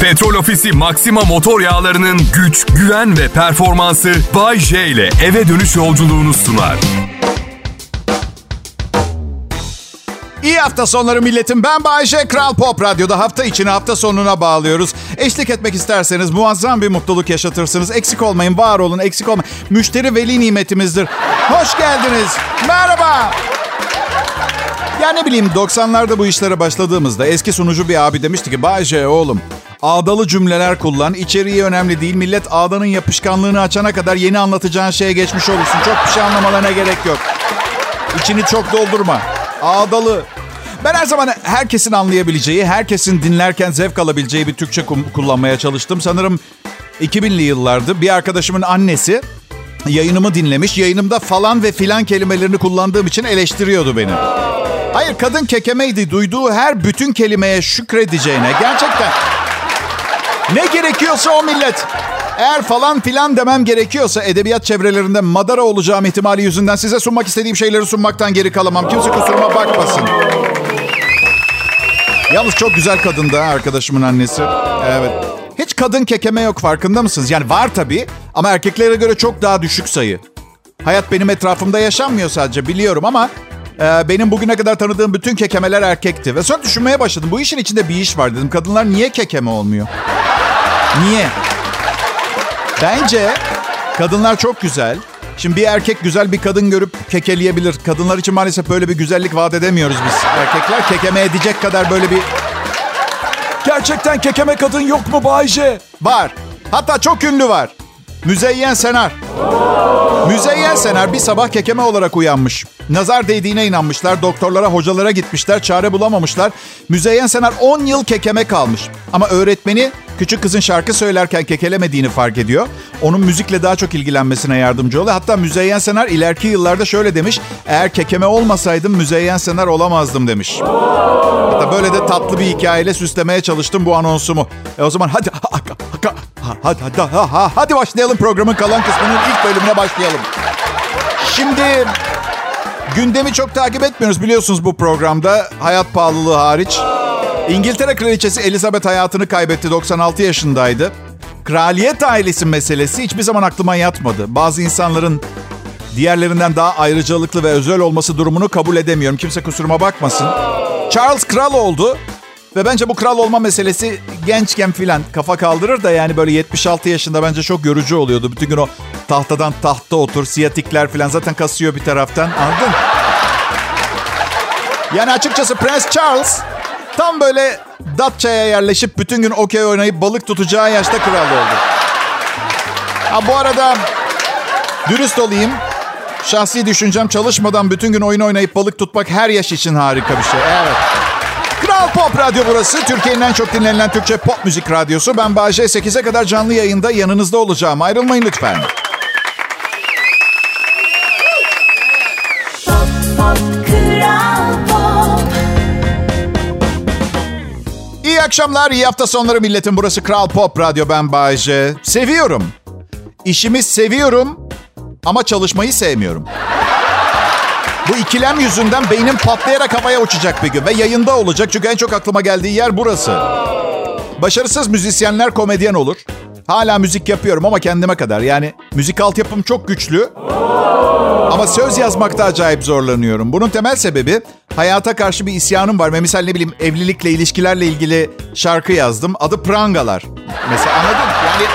Petrol Ofisi Maxima motor yağlarının güç, güven ve performansı Bay J ile eve dönüş yolculuğunu sunar. İyi hafta sonları milletim. Ben Bay J. Kral Pop Radyo'da hafta içini hafta sonuna bağlıyoruz. Eşlik etmek isterseniz muazzam bir mutluluk yaşatırsınız. Eksik olmayın, var olun, eksik olmayın. Müşteri veli nimetimizdir. Hoş geldiniz. Merhaba. Ya ne bileyim 90'larda bu işlere başladığımızda eski sunucu bir abi demişti ki Bay J oğlum ağdalı cümleler kullan. İçeriği önemli değil. Millet ağdanın yapışkanlığını açana kadar yeni anlatacağın şeye geçmiş olursun. Çok bir şey anlamalarına gerek yok. İçini çok doldurma. Ağdalı. Ben her zaman herkesin anlayabileceği, herkesin dinlerken zevk alabileceği bir Türkçe kullanmaya çalıştım. Sanırım 2000'li yıllardı. Bir arkadaşımın annesi yayınımı dinlemiş. Yayınımda falan ve filan kelimelerini kullandığım için eleştiriyordu beni. Hayır, kadın kekemeydi. Duyduğu her bütün kelimeye şükredeceğine. Gerçekten. Ne gerekiyorsa o millet. Eğer falan filan demem gerekiyorsa edebiyat çevrelerinde madara olacağım ihtimali yüzünden size sunmak istediğim şeyleri sunmaktan geri kalamam. Kimse kusuruma bakmasın. Yalnız çok güzel kadındı ha, arkadaşımın annesi. Evet. Hiç kadın kekeme yok, farkında mısınız? Yani var tabii ama erkeklere göre çok daha düşük sayı. Hayat benim etrafımda yaşanmıyor sadece, biliyorum ama benim bugüne kadar tanıdığım bütün kekemeler erkekti. Ve sonra düşünmeye başladım. Bu işin içinde bir iş var dedim. Kadınlar niye kekeme olmuyor? Niye? Bence kadınlar çok güzel. Şimdi bir erkek güzel bir kadın görüp kekeleyebilir. Kadınlar için maalesef böyle bir güzellik vaat edemiyoruz biz. Erkekler kekeme edecek kadar böyle bir... Gerçekten kekeme kadın yok mu Bay J? Var. Hatta çok ünlü var. Müzeyyen Senar. Müzeyyen Senar bir sabah kekeme olarak uyanmış. Nazar değdiğine inanmışlar. Doktorlara, hocalara gitmişler. Çare bulamamışlar. Müzeyyen Senar 10 yıl kekeme kalmış. Ama öğretmeni küçük kızın şarkı söylerken kekelemediğini fark ediyor. Onun müzikle daha çok ilgilenmesine yardımcı oluyor. Hatta Müzeyyen Senar ileriki yıllarda şöyle demiş. Eğer kekeme olmasaydım Müzeyyen Senar olamazdım demiş. Hatta böyle de tatlı bir hikayeyle süslemeye çalıştım bu anonsumu. O zaman hadi başlayalım, programın kalan kısmının ilk bölümüne başlayalım. Şimdi gündemi çok takip etmiyoruz biliyorsunuz bu programda. Hayat pahalılığı hariç. İngiltere Kraliçesi Elizabeth hayatını kaybetti. 96 yaşındaydı. Kraliyet ailesi meselesi hiçbir zaman aklıma yatmadı. Bazı insanların diğerlerinden daha ayrıcalıklı ve özel olması durumunu kabul edemiyorum. Kimse kusuruma bakmasın. Charles kral oldu. Ve bence bu kral olma meselesi gençken filan kafa kaldırır da yani böyle 76 yaşında bence çok yorucu oluyordu. Bütün gün o tahtadan tahta otur, siyatikler filan zaten kasıyor bir taraftan. Anladın? Yani açıkçası Prens Charles tam böyle Datça'ya yerleşip bütün gün okey oynayıp balık tutacağı yaşta kral oldu. Ha bu arada dürüst olayım. Şahsi düşüncem çalışmadan bütün gün oyun oynayıp balık tutmak her yaş için harika bir şey. Evet. Kral Pop Radyo burası. Türkiye'nin en çok dinlenilen Türkçe pop müzik radyosu. Ben Bay J. 8'e kadar canlı yayında yanınızda olacağım. Ayrılmayın lütfen. Pop, pop, Kral Pop. İyi akşamlar, iyi hafta sonları milletim. Burası Kral Pop Radyo. Ben Bay J. Seviyorum. İşimi seviyorum ama çalışmayı sevmiyorum. Bu ikilem yüzünden beynim patlayarak havaya uçacak bir gün. Ve yayında olacak çünkü en çok aklıma geldiği yer burası. Başarısız müzisyenler komedyen olur. Hala müzik yapıyorum ama kendime kadar. Yani müzik altyapım çok güçlü. Ama söz yazmakta acayip zorlanıyorum. Bunun temel sebebi hayata karşı bir isyanım var. Mesela ne bileyim evlilikle, ilişkilerle ilgili şarkı yazdım. Adı Prangalar. Mesela anladın mı? Yani...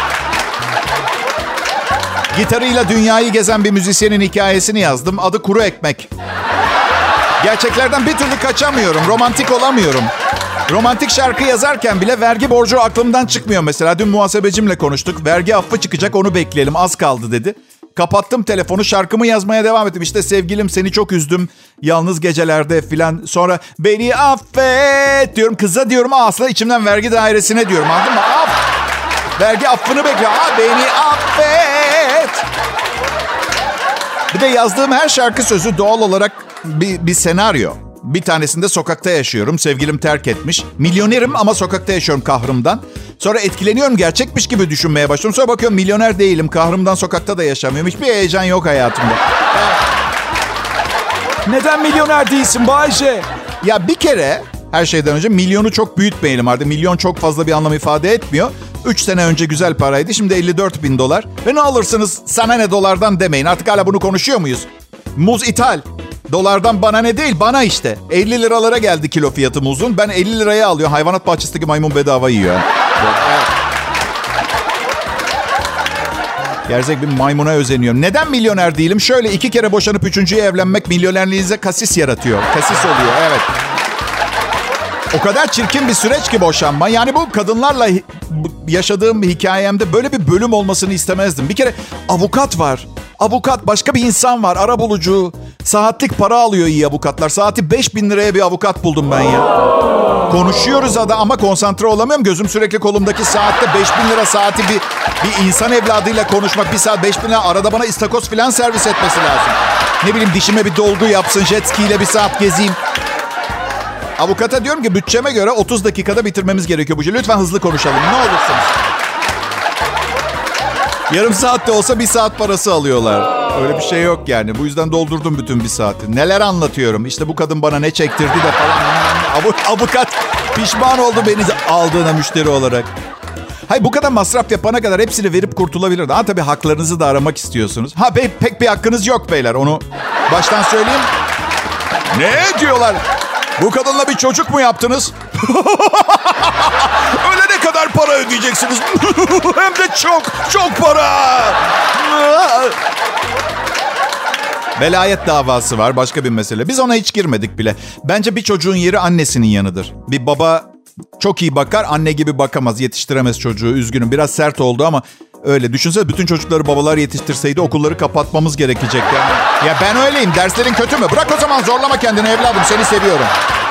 Gitarıyla dünyayı gezen bir müzisyenin hikayesini yazdım. Adı Kuru Ekmek. Gerçeklerden bir türlü kaçamıyorum. Romantik olamıyorum. Romantik şarkı yazarken bile vergi borcu aklımdan çıkmıyor mesela. Dün muhasebecimle konuştuk. Vergi affı çıkacak, onu bekleyelim. Az kaldı dedi. Kapattım telefonu, şarkımı yazmaya devam ettim. İşte sevgilim seni çok üzdüm. Yalnız gecelerde filan. Sonra beni affet diyorum. Kıza diyorum aslında içimden vergi dairesine diyorum. Anladın mı? Vergi affını bekliyor. Beni affet. Bir de yazdığım her şarkı sözü doğal olarak bir senaryo. Bir tanesinde sokakta yaşıyorum. Sevgilim terk etmiş. Milyonerim ama sokakta yaşıyorum kahrımdan. Sonra etkileniyorum, gerçekmiş gibi düşünmeye başlıyorum. Sonra bakıyorum milyoner değilim. Kahrımdan sokakta da yaşamıyorum. Hiçbir heyecan yok hayatımda. Neden milyoner değilsin Bay J? Ya bir kere Her şeyden önce milyonu çok büyütmeyelim artık. Milyon çok fazla bir anlam ifade etmiyor. 3 sene önce güzel paraydı. Şimdi 54 bin dolar. Ve ne alırsınız sana ne dolardan demeyin. Artık hala bunu konuşuyor muyuz? Muz ithal. Dolardan bana ne değil, bana işte. 50 liralara geldi kilo fiyatı muzun. Ben 50 liraya alıyorum. Hayvanat bahçesindeki maymun bedava yiyor. Evet. Gerçek bir maymuna özeniyorum. Neden milyoner değilim? Şöyle 2 kere boşanıp 3.'ye evlenmek milyonerliğinize kasis yaratıyor. Kasis oluyor, evet. O kadar çirkin bir süreç ki boşanma. Yani bu kadınlarla yaşadığım hikayemde böyle bir bölüm olmasını istemezdim. Bir kere avukat var. Avukat, başka bir insan var, arabulucu. Saatlik para alıyor iyi avukatlar. Saati 5.000 liraya bir avukat buldum ben ya. Konuşuyoruz ama konsantre olamıyorum. Gözüm sürekli kolumdaki saatte 5.000 lira saati bir insan evladıyla konuşmak. Bir saat 5.000 lira, arada bana istakoz falan servis etmesi lazım. Ne bileyim, dişime bir dolgu yapsın, jet ski ile bir saat gezeyim. Avukata diyorum ki bütçeme göre 30 dakikada bitirmemiz gerekiyor bu işi. Lütfen hızlı konuşalım, ne olursunuz. Yarım saatte olsa 1 saat parası alıyorlar. Öyle bir şey yok yani. Bu yüzden doldurdum bütün 1 saati. Neler anlatıyorum. İşte bu kadın bana ne çektirdi de falan. Avukat pişman oldu beni aldığına müşteri olarak. Hayır, bu kadar masraf yapana kadar hepsini verip kurtulabilirdi. Ha tabii haklarınızı da aramak istiyorsunuz. Ha pek bir hakkınız yok beyler. Onu baştan söyleyeyim. Ne diyorlar? Bu kadınla bir çocuk mu yaptınız? Öyle ne kadar para ödeyeceksiniz? Hem de çok para. Velayet davası var, başka bir mesele. Biz ona hiç girmedik bile. Bence bir çocuğun yeri annesinin yanıdır. Bir baba çok iyi bakar, anne gibi bakamaz, yetiştiremez çocuğu. Üzgünüm, biraz sert oldu ama öyle. Düşünsene, bütün çocukları babalar yetiştirseydi okulları kapatmamız gerekecek. Yani. Ya ben öyleyim, derslerin kötü mü? Bırak o zaman, zorlama kendini evladım, seni seviyorum.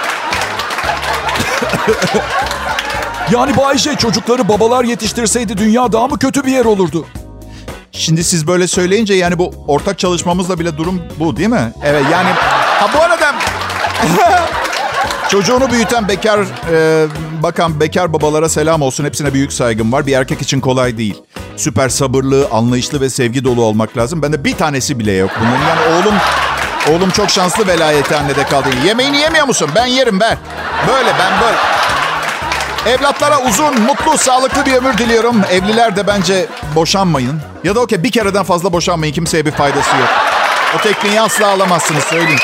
Yani Bayşe, çocukları babalar yetiştirseydi dünya daha mı kötü bir yer olurdu? Şimdi siz böyle söyleyince yani bu ortak çalışmamızla bile durum bu değil mi? Evet yani. Ha bu arada çocuğunu büyüten bekar babalara selam olsun. Hepsine büyük saygım var. Bir erkek için kolay değil. Süper sabırlı, anlayışlı ve sevgi dolu olmak lazım. Bende bir tanesi bile yok bunun. Yani oğlum çok şanslı, velayeti annede kaldı. Yemeğini yemiyor musun? Ben yerim ben. Böyle. Evlatlara uzun, mutlu, sağlıklı bir ömür diliyorum. Evliler de bence boşanmayın. Ya da bir kereden fazla boşanmayın. Kimseye bir faydası yok. O tekniği asla alamazsınız, söyleyeyim.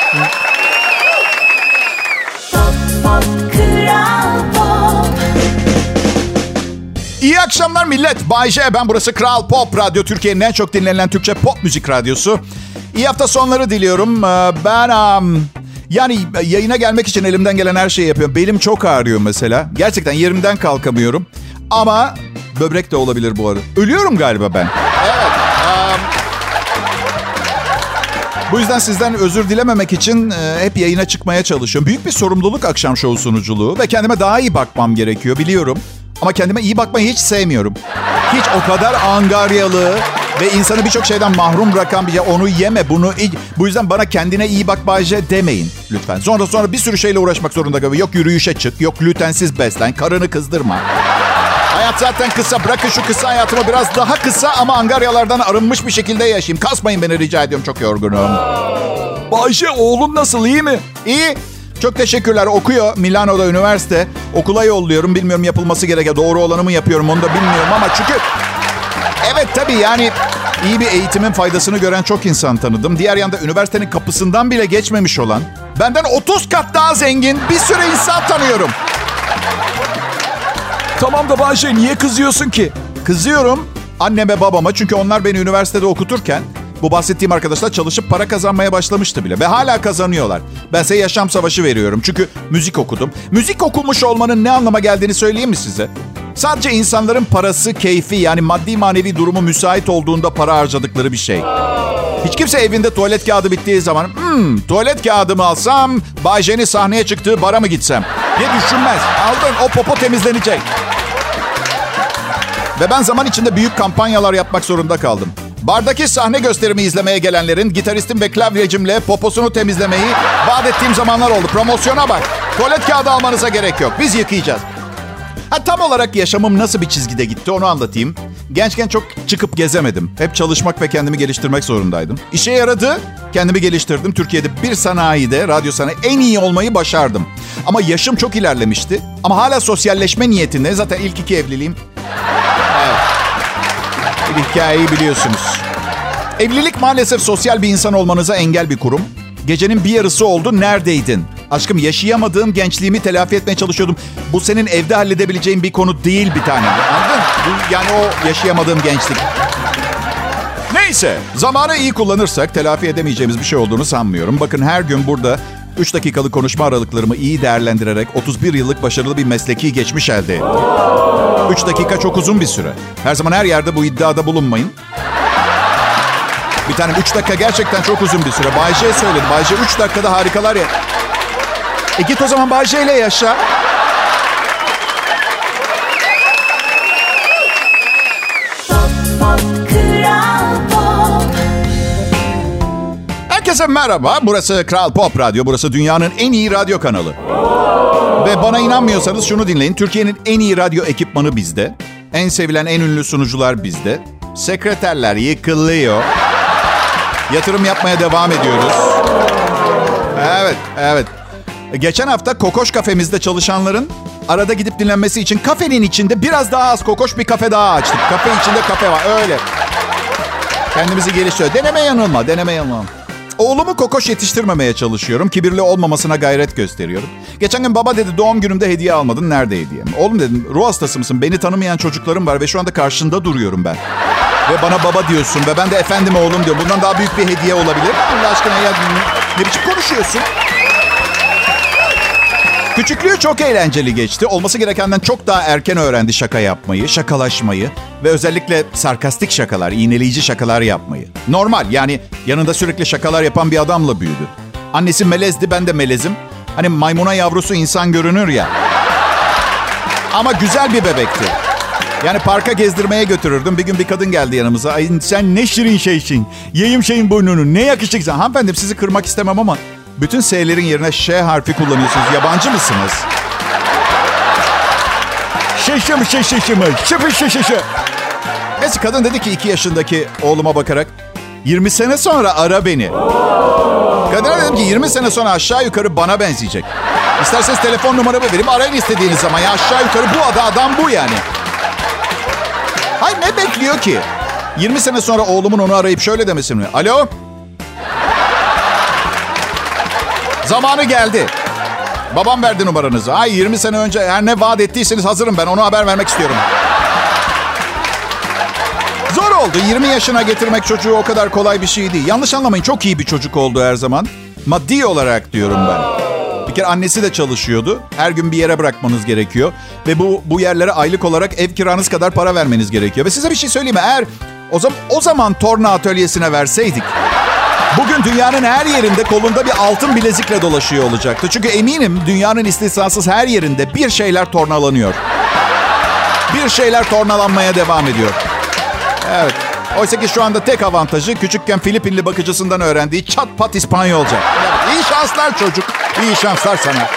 İyi akşamlar millet. Bay J, ben, burası Kral Pop Radyo. Türkiye'nin en çok dinlenilen Türkçe pop müzik radyosu. İyi hafta sonları diliyorum. Ben yani yayına gelmek için elimden gelen her şeyi yapıyorum. Belim çok ağrıyor mesela. Gerçekten yerimden kalkamıyorum. Ama böbrek de olabilir bu arada. Ölüyorum galiba ben. Evet. Bu yüzden sizden özür dilememek için hep yayına çıkmaya çalışıyorum. Büyük bir sorumluluk akşam şovu sunuculuğu ve kendime daha iyi bakmam gerekiyor, biliyorum. Ama kendime iyi bakmayı hiç sevmiyorum. Hiç, o kadar angaryalı ve insanı birçok şeyden mahrum bırakan bir şey. Onu yeme, bunu iç. Bu yüzden bana kendine iyi bak Bayce demeyin lütfen. Sonra bir sürü şeyle uğraşmak zorunda kalıyorum. Yok yürüyüşe çık, yok glutensiz beslen, karını kızdırma. Hayat zaten kısa. Bırakın şu kısa hayatımı biraz daha kısa ama angaryalardan arınmış bir şekilde yaşayayım. Kasmayın beni, rica ediyorum, çok yorgunum. Bayşe, oğlun nasıl, iyi mi? İyi. Çok teşekkürler. Okuyor Milano'da, üniversite. Okula yolluyorum. Bilmiyorum yapılması gereken doğru olanı mı yapıyorum, onu da bilmiyorum ama çünkü... Evet tabii yani iyi bir eğitimin faydasını gören çok insan tanıdım. Diğer yanda üniversitenin kapısından bile geçmemiş olan, benden 30 kat daha zengin bir sürü insan tanıyorum. Tamam da Bayşe, niye kızıyorsun ki? Kızıyorum anneme babama, çünkü onlar beni üniversitede okuturken bu bahsettiğim arkadaşlar çalışıp para kazanmaya başlamıştı bile. Ve hala kazanıyorlar. Ben size yaşam savaşı veriyorum. Çünkü müzik okudum. Müzik okumuş olmanın ne anlama geldiğini söyleyeyim mi size? Sadece insanların parası, keyfi, yani maddi manevi durumu müsait olduğunda para harcadıkları bir şey. Hiç kimse evinde tuvalet kağıdı bittiği zaman tuvalet kağıdımı alsam Bay J'nin sahneye çıktığı bara mı gitsem diye düşünmez. Aldın, o popo temizlenecek. Ve ben zaman içinde büyük kampanyalar yapmak zorunda kaldım. Bardaki sahne gösterimi izlemeye gelenlerin gitaristim ve klavyecimle poposunu temizlemeyi vaat ettiğim zamanlar oldu. Promosyona bak. Tuvalet kağıdı almanıza gerek yok. Biz yıkayacağız. Tam olarak yaşamım nasıl bir çizgide gitti onu anlatayım. Gençken çok çıkıp gezemedim. Hep çalışmak ve kendimi geliştirmek zorundaydım. İşe yaradı. Kendimi geliştirdim. Türkiye'de bir sanayide, radyo sanayi en iyi olmayı başardım. Ama yaşım çok ilerlemişti. Ama hala sosyalleşme niyetinde. Zaten ilk 2 evliliğim. Evet. Bir hikayeyi biliyorsunuz. Evlilik maalesef sosyal bir insan olmanıza engel bir kurum. Gecenin bir yarısı oldu, neredeydin? Aşkım, yaşayamadığım gençliğimi telafi etmeye çalışıyordum. Bu senin evde halledebileceğin bir konu değil bir tane. Anladın? Yani o yaşayamadığım gençlik. Neyse, zamanı iyi kullanırsak telafi edemeyeceğimiz bir şey olduğunu sanmıyorum. Bakın, her gün burada 3 dakikalık konuşma aralıklarımı iyi değerlendirerek 31 yıllık başarılı bir mesleki geçmiş elde ettim. 3 dakika çok uzun bir süre. Her zaman her yerde bu iddiada bulunmayın. Bir tane 3 dakika gerçekten çok uzun bir süre. Bay J söyledi. Bay J 3 dakikada harikalar ya. Git o zaman Bay J ile yaşa. Herkese merhaba. Burası Kral Pop Radyo. Burası dünyanın en iyi radyo kanalı. Ve bana inanmıyorsanız şunu dinleyin. Türkiye'nin en iyi radyo ekipmanı bizde. En sevilen, en ünlü sunucular bizde. Sekreterler yıkılıyor. Yatırım yapmaya devam ediyoruz. Evet. Geçen hafta Kokoş kafemizde çalışanların arada gidip dinlenmesi için kafenin içinde biraz daha az kokoş bir kafe daha açtık. Kafe içinde kafe var, öyle. Kendimizi geliştiriyor. Deneme yanılma. Oğlumu kokoş yetiştirmemeye çalışıyorum. Kibirli olmamasına gayret gösteriyorum. Geçen gün baba dedi, doğum günümde hediye almadın, nerede hediyem? Oğlum dedim, ruh hastası mısın? Beni tanımayan çocuklarım var ve şu anda karşında duruyorum ben. Ve bana baba diyorsun ve ben de efendim oğlum diyorum. Bundan daha büyük bir hediye olabilir mi? Allah aşkına ya, ne biçim konuşuyorsun? Küçüklüğü çok eğlenceli geçti. Olması gerekenden çok daha erken öğrendi şaka yapmayı, şakalaşmayı ve özellikle sarkastik şakalar, iğneleyici şakalar yapmayı. Normal, yani yanında sürekli şakalar yapan bir adamla büyüdü. Annesi melezdi, ben de melezim. Hani maymuna yavrusu insan görünür ya. Ama güzel bir bebekti. Yani parka gezdirmeye götürürdüm. Bir gün bir kadın geldi yanımıza. Ay sen ne şirin şeysin. Yiyeyim şeyin burnunu. Ne yakışıksın. Hanımefendim, sizi kırmak istemem ama bütün S'lerin yerine Ş harfi kullanıyorsunuz. Yabancı mısınız? Şışı. Neyse, kadın dedi ki 2 yaşındaki oğluma bakarak 20 sene sonra ara beni. Kadına dedim ki 20 sene sonra aşağı yukarı bana benzeyecek. İsterseniz telefon numaramı vereyim, arayın istediğiniz zaman. Ya aşağı yukarı bu adam bu yani. Hayır, ne bekliyor ki? 20 sene sonra oğlumun onu arayıp şöyle demesi mi? Alo? Zamanı geldi. Babam verdi numaranızı. 20 sene önce her ne vaat ettiyseniz hazırım ben. Ona haber vermek istiyorum. Zor oldu. 20 yaşına getirmek çocuğu o kadar kolay bir şey değil. Yanlış anlamayın, çok iyi bir çocuk oldu her zaman. Maddi olarak diyorum ben. Bir kere annesi de çalışıyordu. Her gün bir yere bırakmanız gerekiyor. Ve bu yerlere aylık olarak ev kiranız kadar para vermeniz gerekiyor. Ve size bir şey söyleyeyim mi? Eğer o zaman torna atölyesine verseydik, bugün dünyanın her yerinde kolunda bir altın bilezikle dolaşıyor olacaktı. Çünkü eminim dünyanın istisnasız her yerinde bir şeyler tornalanıyor. Bir şeyler tornalanmaya devam ediyor. Evet. Oysa ki şu anda tek avantajı küçükken Filipinli bakıcısından öğrendiği çat pat İspanyolca. Evet, iyi şanslar çocuk. İyi şanslar sana.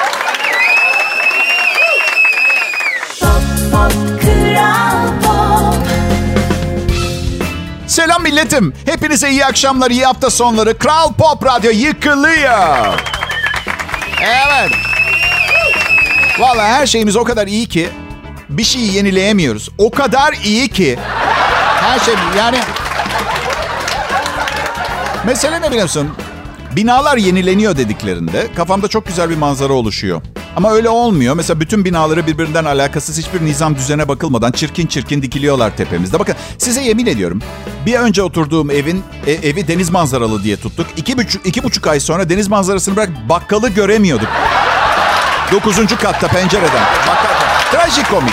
Selam milletim. Hepinize iyi akşamlar, iyi hafta sonları. Kral Pop Radyo yıkılıyor. Evet. Vallahi her şeyimiz o kadar iyi ki bir şeyi yenileyemiyoruz. O kadar iyi ki her şey yani... Mesele ne biliyor musun? Binalar yenileniyor dediklerinde kafamda çok güzel bir manzara oluşuyor. Ama öyle olmuyor. Mesela bütün binaları birbirinden alakasız, hiçbir nizam düzene bakılmadan çirkin çirkin dikiliyorlar tepemizde. Bakın, size yemin ediyorum, bir önce oturduğum evi deniz manzaralı diye tuttuk. 2,5 ay sonra deniz manzarasını bırak bakkalı göremiyorduk. 9. katta pencereden. Trajikomik.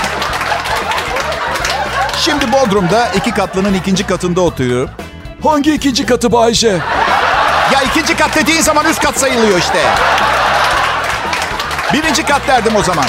Şimdi Bodrum'da 2 katlının 2. katında oturuyorum. Hangi 2. katı Bayşe? Ya 2. kat dediğin zaman üst kat sayılıyor işte. 1. kat derdim o zaman.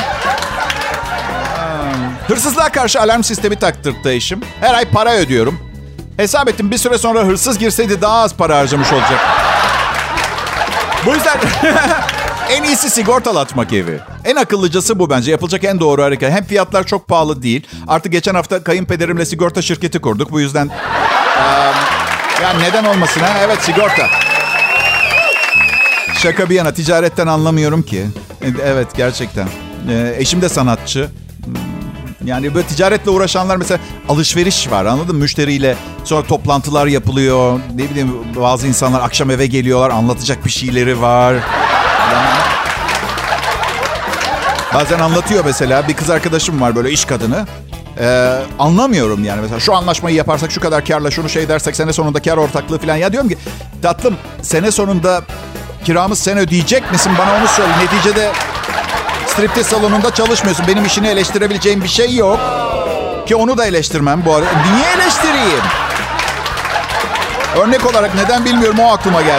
Hırsızlığa karşı alarm sistemi taktırdı eşim. Her ay para ödüyorum. Hesap ettim, bir süre sonra hırsız girseydi daha az para harcamış olacak. Bu yüzden En iyisi sigortalatmak evi. En akıllıcası bu bence. Yapılacak en doğru hareket. Hem fiyatlar çok pahalı değil. Artık geçen hafta kayınpederimle sigorta şirketi kurduk. Bu yüzden... ya neden olmasın ha? Evet, sigorta. Şaka bir yana, ticaretten anlamıyorum ki. Evet, gerçekten. Eşim de sanatçı. Yani böyle ticaretle uğraşanlar, mesela alışveriş var, anladın mı? Müşteriyle sonra toplantılar yapılıyor. Ne bileyim, bazı insanlar akşam eve geliyorlar, anlatacak bir şeyleri var. Bazen anlatıyor mesela. Bir kız arkadaşım var, böyle iş kadını. Anlamıyorum yani, mesela şu anlaşmayı yaparsak şu kadar karla, şunu şey dersek sene sonunda kar ortaklığı falan. Ya diyorum ki tatlım, sene sonunda kiramız sen ödeyecek misin? Bana onu söyle. Neticede striptiz salonunda çalışmıyorsun. Benim işini eleştirebileceğim bir şey yok. Ki onu da eleştirmem bu arada. Niye eleştireyim? Örnek olarak neden bilmiyorum, o aklıma geldi.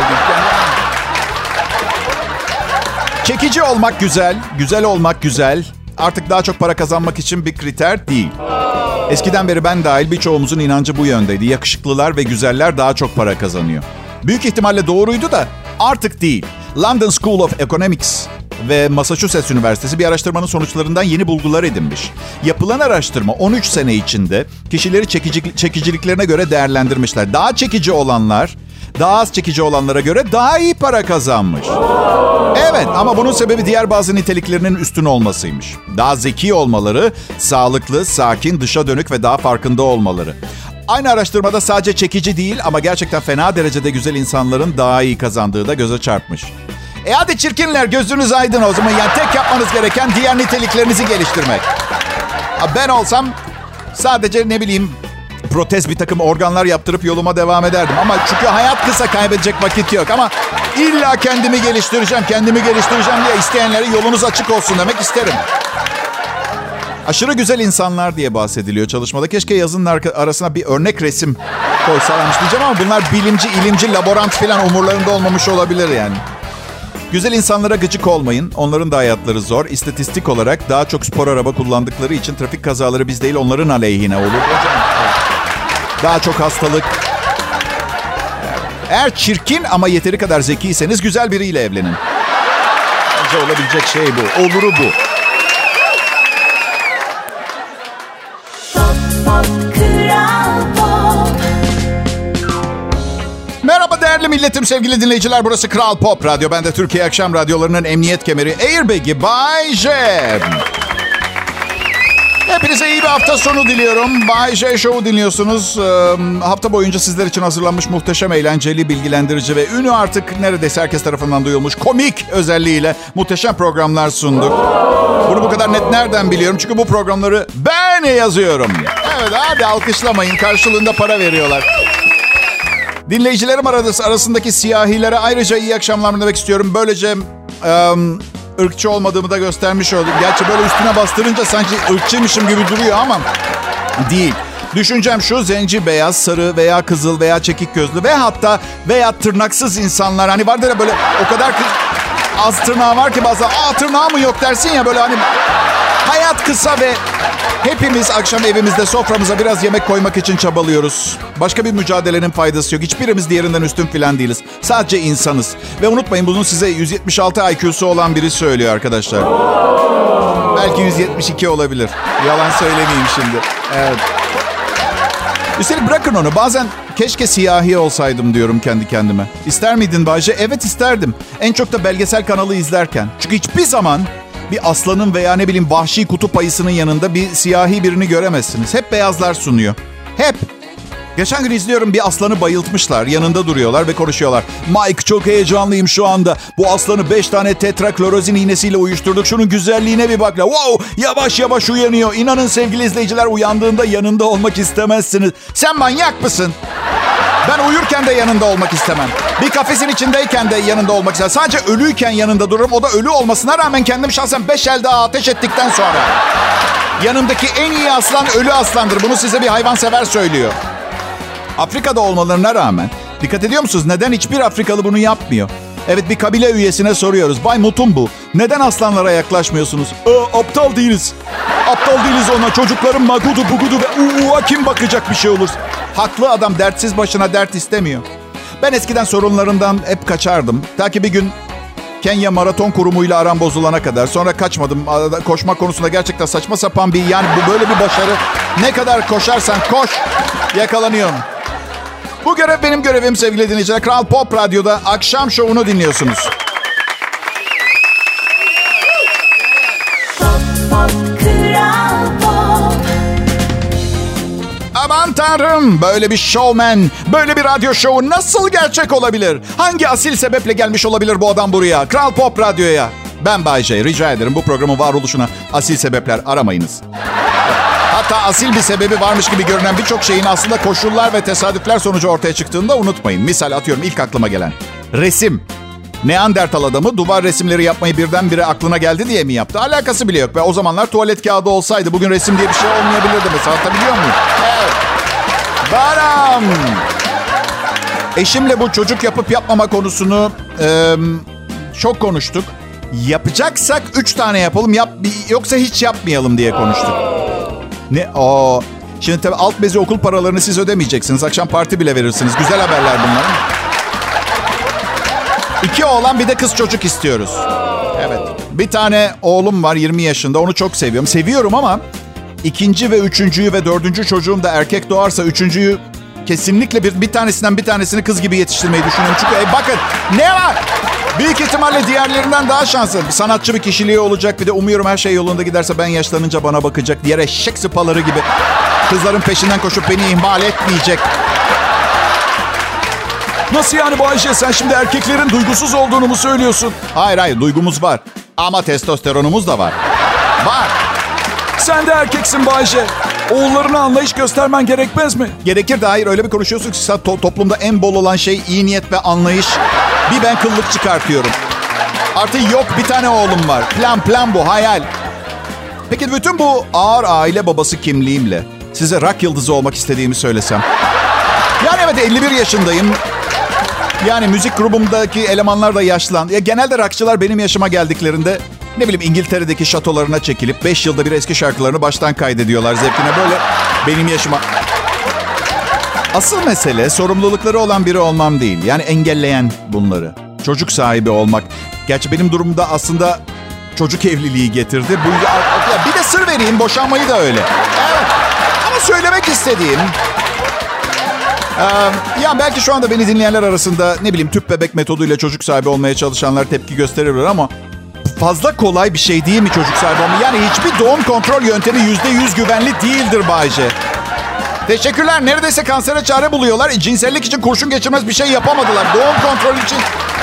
Çekici olmak güzel, güzel olmak güzel. Artık daha çok para kazanmak için bir kriter değil. Eskiden beri ben dahil birçoğumuzun inancı bu yöndeydi. Yakışıklılar ve güzeller daha çok para kazanıyor. Büyük ihtimalle doğruydu da artık değil. London School of Economics ve Massachusetts Üniversitesi bir araştırmanın sonuçlarından yeni bulgular edinmiş. Yapılan araştırma 13 sene içinde kişileri çekiciliklerine göre değerlendirmişler. Daha çekici olanlar, daha az çekici olanlara göre daha iyi para kazanmış. Evet, ama bunun sebebi diğer bazı niteliklerinin üstün olmasıymış. Daha zeki olmaları, sağlıklı, sakin, dışa dönük ve daha farkında olmaları. Aynı araştırmada sadece çekici değil ama gerçekten fena derecede güzel insanların daha iyi kazandığı da göze çarpmış. Hadi çirkinler, gözünüz aydın o zaman. Yani tek yapmanız gereken diğer niteliklerinizi geliştirmek. Ben olsam sadece ne bileyim protez bir takım organlar yaptırıp yoluma devam ederdim. Ama çünkü hayat kısa, kaybedecek vakit yok. Ama illa kendimi geliştireceğim diye isteyenlere yolunuz açık olsun demek isterim. Aşırı güzel insanlar diye bahsediliyor çalışmada. Keşke yazının arasına bir örnek resim koysalarmış diyeceğim ama bunlar bilimci, ilimci, laborant falan umurlarında olmamış olabilir yani. Güzel insanlara gıcık olmayın. Onların da hayatları zor. İstatistik olarak daha çok spor araba kullandıkları için trafik kazaları biz değil onların aleyhine olur. Daha çok hastalık. Eğer çirkin ama yeteri kadar zekiyseniz güzel biriyle evlenin. Bence olabilecek şey bu. Oluru bu. Merhaba değerli milletim, sevgili dinleyiciler. Burası Kral Pop Radyo. Ben de Türkiye Akşam Radyoları'nın emniyet kemeri Airbag'i Bay J. Hepinize iyi bir hafta sonu diliyorum. Bay J Show'u dinliyorsunuz. Hafta boyunca sizler için hazırlanmış muhteşem, eğlenceli, bilgilendirici ve ünü artık neredeyse herkes tarafından duyulmuş komik özelliğiyle muhteşem programlar sunduk. Bunu bu kadar net nereden biliyorum? Çünkü bu programları ben yazıyorum. Evet, hadi alkışlamayın. Karşılığında para veriyorlar. Dinleyicilerim arasındaki siyahilere ayrıca iyi akşamlar demek istiyorum. Böylece ırkçı olmadığımı da göstermiş oldum. Gerçi böyle üstüne bastırınca sanki ırkçıymışım gibi duruyor ama değil. Düşüncem şu: zenci, beyaz, sarı veya kızıl veya çekik gözlü ve hatta veya tırnaksız insanlar. Hani vardır ya böyle o kadar az tırnağı var ki bazen tırnağı mı yok dersin ya, böyle hani hayat kısa ve hepimiz akşam evimizde soframıza biraz yemek koymak için çabalıyoruz. Başka bir mücadelenin faydası yok. Hiçbirimiz diğerinden üstün falan değiliz. Sadece insanız. Ve unutmayın, bunu size 176 IQ'su olan biri söylüyor arkadaşlar. Belki 172 olabilir. Yalan söylemeyeyim şimdi. Evet. Üstelik bırakın onu. Bazen keşke siyahi olsaydım diyorum kendi kendime. İster miydin Bayce? Evet, isterdim. En çok da belgesel kanalı izlerken. Çünkü hiçbir zaman bir aslanın veya ne bileyim vahşi kutup ayısının yanında bir siyahi birini göremezsiniz. Hep beyazlar sunuyor. Hep. Geçen gün izliyorum, bir aslanı bayıltmışlar. Yanında duruyorlar ve konuşuyorlar. Mike, çok heyecanlıyım şu anda. Bu aslanı 5 tane tetraklorozin iğnesiyle uyuşturduk. Şunun güzelliğine bir bak. Wow, yavaş yavaş uyanıyor. İnanın sevgili izleyiciler, uyandığında yanında olmak istemezsiniz. Sen manyak mısın? Ben uyurken de yanında olmak istemem. Bir kafesin içindeyken de yanında olmak istemem. Sadece ölüyken yanında dururum. O da ölü olmasına rağmen kendim şahsen 5 el daha ateş ettikten sonra. Yanımdaki en iyi aslan ölü aslandır. Bunu size bir hayvansever söylüyor. Afrika'da olmalarına rağmen, dikkat ediyor musunuz? Neden hiçbir Afrikalı bunu yapmıyor? Evet, bir kabile üyesine soruyoruz. Bay Mutumbu, neden aslanlara yaklaşmıyorsunuz? Aptal değiliz. Aptal değiliz ona. Çocukların magudu bugudu ve kim bakacak bir şey olur. Haklı adam, dertsiz başına dert istemiyor. Ben eskiden sorunlarından hep kaçardım. Ta ki bir gün Kenya Maraton Kurumu'yla aram bozulana kadar. Sonra kaçmadım. Koşma konusunda gerçekten saçma sapan bir... Yani bu böyle bir başarı. Ne kadar koşarsan koş, yakalanıyorsun. Bu görev benim görevim sevgili dinleyiciler. Kral Pop Radyo'da akşam şovunu dinliyorsunuz. Aman tanrım, böyle bir showman, böyle bir radyo şovu nasıl gerçek olabilir? Hangi asil sebeple gelmiş olabilir bu adam buraya? Kral Pop Radyo'ya. Ben Bay J. Rica ederim bu programın varoluşuna asil sebepler aramayınız. Hatta asil bir sebebi varmış gibi görünen birçok şeyin aslında koşullar ve tesadüfler sonucu ortaya çıktığını da unutmayın. Misal atıyorum ilk aklıma gelen. Resim. Neandertal adamı duvar resimleri yapmayı birdenbire aklına geldi diye mi yaptı? Alakası bile yok. Ve o zamanlar tuvalet kağıdı olsaydı bugün resim diye bir şey olmayabilirdi mesela. Anlatabiliyor muyum? Evet. Baram. Eşimle bu çocuk yapıp yapmama konusunu çok konuştuk. Yapacaksak 3 tane yapalım. Yoksa hiç yapmayalım diye konuştuk. Ne? Şimdi tabii alt bezi okul paralarını siz ödemeyeceksiniz. Akşam parti bile verirsiniz. Güzel haberler bunlar. 2 oğlan bir de kız çocuk istiyoruz. Evet. Bir tane oğlum var 20 yaşında. Onu çok seviyorum. Seviyorum ama ikinci ve üçüncüyü ve dördüncü çocuğum da erkek doğarsa üçüncüyü kesinlikle bir tanesini kız gibi yetiştirmeyi düşünüyorum. Çünkü bakın ne var? Büyük ihtimalle diğerlerinden daha şanslı. Sanatçı bir kişiliği olacak. Bir de umuyorum her şey yolunda giderse ben yaşlanınca bana bakacak. Diğer eşek sıpaları gibi kızların peşinden koşup beni ihmal etmeyecek. Nasıl yani Bayşe? Sen şimdi erkeklerin duygusuz olduğunu mu söylüyorsun? Hayır duygumuz var. Ama testosteronumuz da var. Var. Sen de erkeksin Bayşe. Oğullarına anlayış göstermen gerekmez mi? Gerekir de hayır öyle bir konuşuyorsun ki sen toplumda en bol olan şey iyi niyet ve anlayış. Bir ben kıllık çıkartıyorum. Artık yok bir tane oğlum var. Plan bu hayal. Peki bütün bu ağır aile babası kimliğimle size rock yıldızı olmak istediğimi söylesem. Yani evet 51 yaşındayım. Yani müzik grubumdaki elemanlar da yaşlan. Genelde rockçılar benim yaşıma geldiklerinde ne bileyim İngiltere'deki şatolarına çekilip 5 yılda bir eski şarkılarını baştan kaydediyorlar zevkine böyle benim yaşıma. Asıl mesele sorumlulukları olan biri olmam değil. Yani engelleyen bunları. Çocuk sahibi olmak. Gerçi benim durumda aslında çocuk evliliği getirdi. Bir de sır vereyim boşanmayı da öyle. Evet. Ama söylemek istediğim... Ya belki şu anda beni dinleyenler arasında ne bileyim tüp bebek metoduyla çocuk sahibi olmaya çalışanlar tepki gösterirler ama fazla kolay bir şey değil mi çocuk sahibi olmak? Yani hiçbir doğum kontrol yöntemi %100 güvenli değildir Bayce. Teşekkürler. Neredeyse kansere çare buluyorlar. Cinsellik için kurşun geçirmez bir şey yapamadılar. Doğum kontrol için.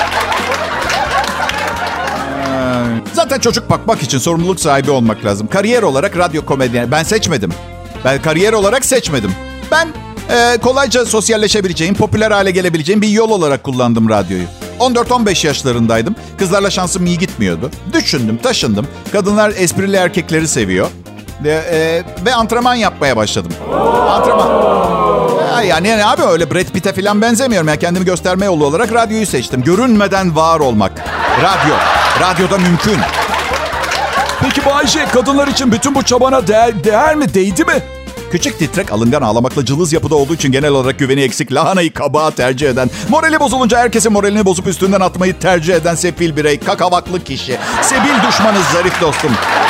Zaten çocuk bakmak için sorumluluk sahibi olmak lazım. Kariyer olarak radyo komedyen. Ben seçmedim. Ben kariyer olarak seçmedim. Ben kolayca sosyalleşebileceğim, popüler hale gelebileceğim bir yol olarak kullandım radyoyu. 14-15 yaşlarındaydım. Kızlarla şansım iyi gitmiyordu. Düşündüm, taşındım. Kadınlar esprili erkekleri seviyor. Ve antrenman yapmaya başladım. Antrenman. Yani ne abi öyle Brad Pitt'e falan benzemiyorum. Yani kendimi gösterme yolu olarak radyoyu seçtim. Görünmeden var olmak. Radyo. Radyoda mümkün. Peki Bayşe, kadınlar için bütün bu çabana değer mi? Değdi mi? Küçük, titrek, alıngan, ağlamakla cılız yapıda olduğu için genel olarak güveni eksik, lahanayı kabağa tercih eden, morali bozulunca herkesin moralini bozup üstünden atmayı tercih eden sefil birey, kakavaklı kişi, sebil düşmanı, zarif dostum.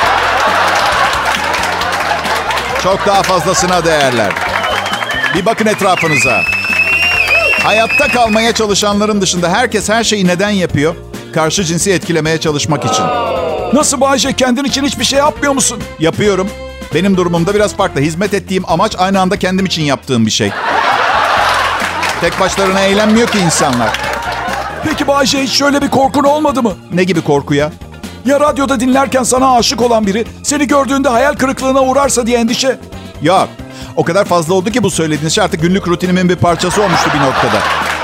Çok daha fazlasına değerler. Bir bakın etrafınıza. Hayatta kalmaya çalışanların dışında herkes her şeyi neden yapıyor? Karşı cinsi etkilemeye çalışmak için. Nasıl Bayşe? Kendin için hiçbir şey yapmıyor musun? Yapıyorum. Benim durumumda biraz farklı. Hizmet ettiğim amaç aynı anda kendim için yaptığım bir şey. Tek başlarına eğlenmiyor ki insanlar. Peki Bayşe, hiç şöyle bir korkun olmadı mı? Ne gibi korku ya? Ya radyoda dinlerken sana aşık olan biri seni gördüğünde hayal kırıklığına uğrarsa diye endişe. Yok. O kadar fazla oldu ki bu söylediğiniz şey artık günlük rutinimin bir parçası olmuştu bir noktada.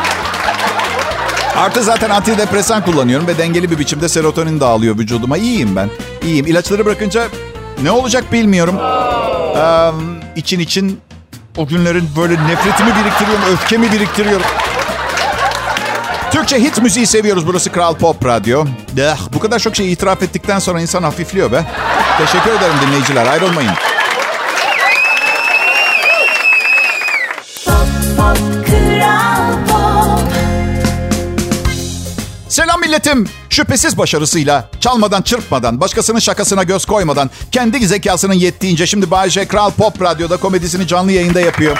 Artı zaten antidepresan kullanıyorum ve dengeli bir biçimde serotonin dağılıyor vücuduma. İyiyim ben. İyiyim. İlaçları bırakınca ne olacak bilmiyorum. İçin o günlerin böyle nefretimi biriktiriyorum, öfkemi biriktiriyorum. Türkçe hit müziği seviyoruz. Burası Kral Pop Radyo. Bu kadar çok şey itiraf ettikten sonra insan hafifliyor be. Teşekkür ederim dinleyiciler. Ayrılmayın. Selam Milletim şüphesiz başarısıyla, çalmadan çırpmadan, başkasının şakasına göz koymadan, kendi zekasının yettiğince şimdi Bay J Kral Pop Radyo'da komedisini canlı yayında yapıyor.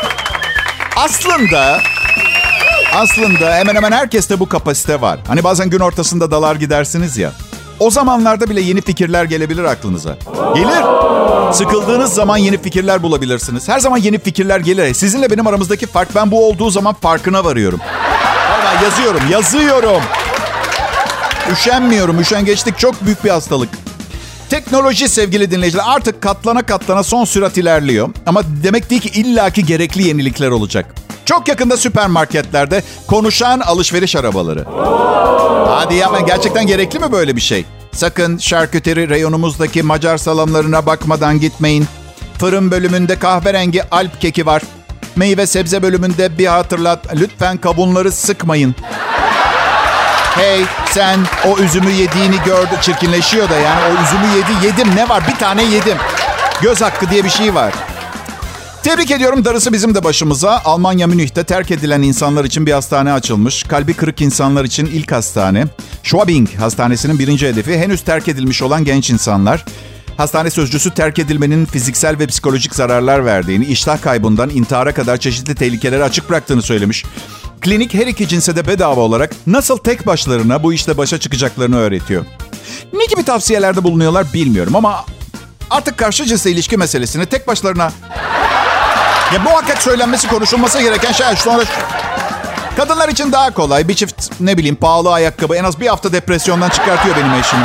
Aslında hemen hemen herkeste bu kapasite var. Hani bazen gün ortasında dalar gidersiniz ya. O zamanlarda bile yeni fikirler gelebilir aklınıza. Gelir. Sıkıldığınız zaman yeni fikirler bulabilirsiniz. Her zaman yeni fikirler gelir. Sizinle benim aramızdaki fark, ben bu olduğu zaman farkına varıyorum. Vallahi yazıyorum. Üşenmiyorum. Üşengeçlik çok büyük bir hastalık. Teknoloji sevgili dinleyiciler artık katlana son sürat ilerliyor. Ama demek değil ki illaki gerekli yenilikler olacak. Çok yakında süpermarketlerde konuşan alışveriş arabaları. Hadi ya, gerçekten gerekli mi böyle bir şey? Sakın şarküteri reyonumuzdaki Macar salamlarına bakmadan gitmeyin. Fırın bölümünde kahverengi Alp keki var. Meyve sebze bölümünde bir hatırlat. Lütfen kabuğunları sıkmayın. Hey sen o üzümü yediğini gördü. Çirkinleşiyor da yani o üzümü yedim. Ne var? Bir tane yedim. Göz hakkı diye bir şey var. Tebrik ediyorum, darısı bizim de başımıza. Almanya Münih'te terk edilen insanlar için bir hastane açılmış. Kalbi kırık insanlar için ilk hastane. Schwabing Hastanesi'nin birinci hedefi henüz terk edilmiş olan genç insanlar. Hastane sözcüsü terk edilmenin fiziksel ve psikolojik zararlar verdiğini, iştah kaybından intihara kadar çeşitli tehlikeleri açık bıraktığını söylemiş. Klinik her iki cinse de bedava olarak nasıl tek başlarına bu işle başa çıkacaklarını öğretiyor. Ne gibi tavsiyelerde bulunuyorlar bilmiyorum ama artık karşı cinsle ilişki meselesini tek başlarına... Ya muhakkak söylenmesi, konuşulması gereken şey. Sonra kadınlar için daha kolay. Bir çift pahalı ayakkabı en az bir hafta depresyondan çıkartıyor benim eşimi.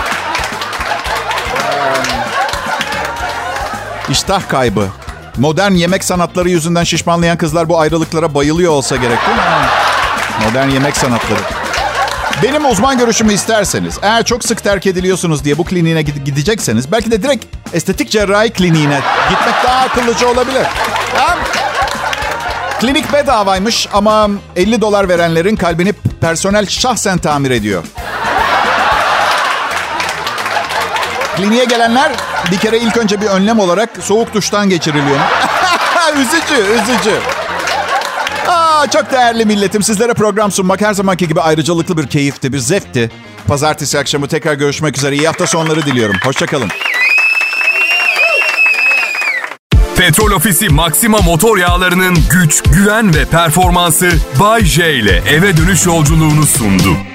İştah kaybı. Modern yemek sanatları yüzünden şişmanlayan kızlar bu ayrılıklara bayılıyor olsa gerek değil mi? Modern yemek sanatları. Benim uzman görüşümü isterseniz, eğer çok sık terk ediliyorsunuz diye bu kliniğine gidecekseniz belki de direkt estetik cerrahi kliniğine gitmek daha akıllıca olabilir. Tamam. Klinik bedavaymış ama $50 verenlerin kalbini personel şahsen tamir ediyor. Kliniğe gelenler bir kere ilk önce bir önlem olarak soğuk duştan geçiriliyor. Üzücü. Çok değerli milletim. Sizlere program sunmak her zamanki gibi ayrıcalıklı bir keyifti, bir zevkti. Pazartesi akşamı tekrar görüşmek üzere. İyi hafta sonları diliyorum. Hoşçakalın. Petrol Ofisi Maxima motor yağlarının güç, güven ve performansı Bay J ile eve dönüş yolculuğunu sundu.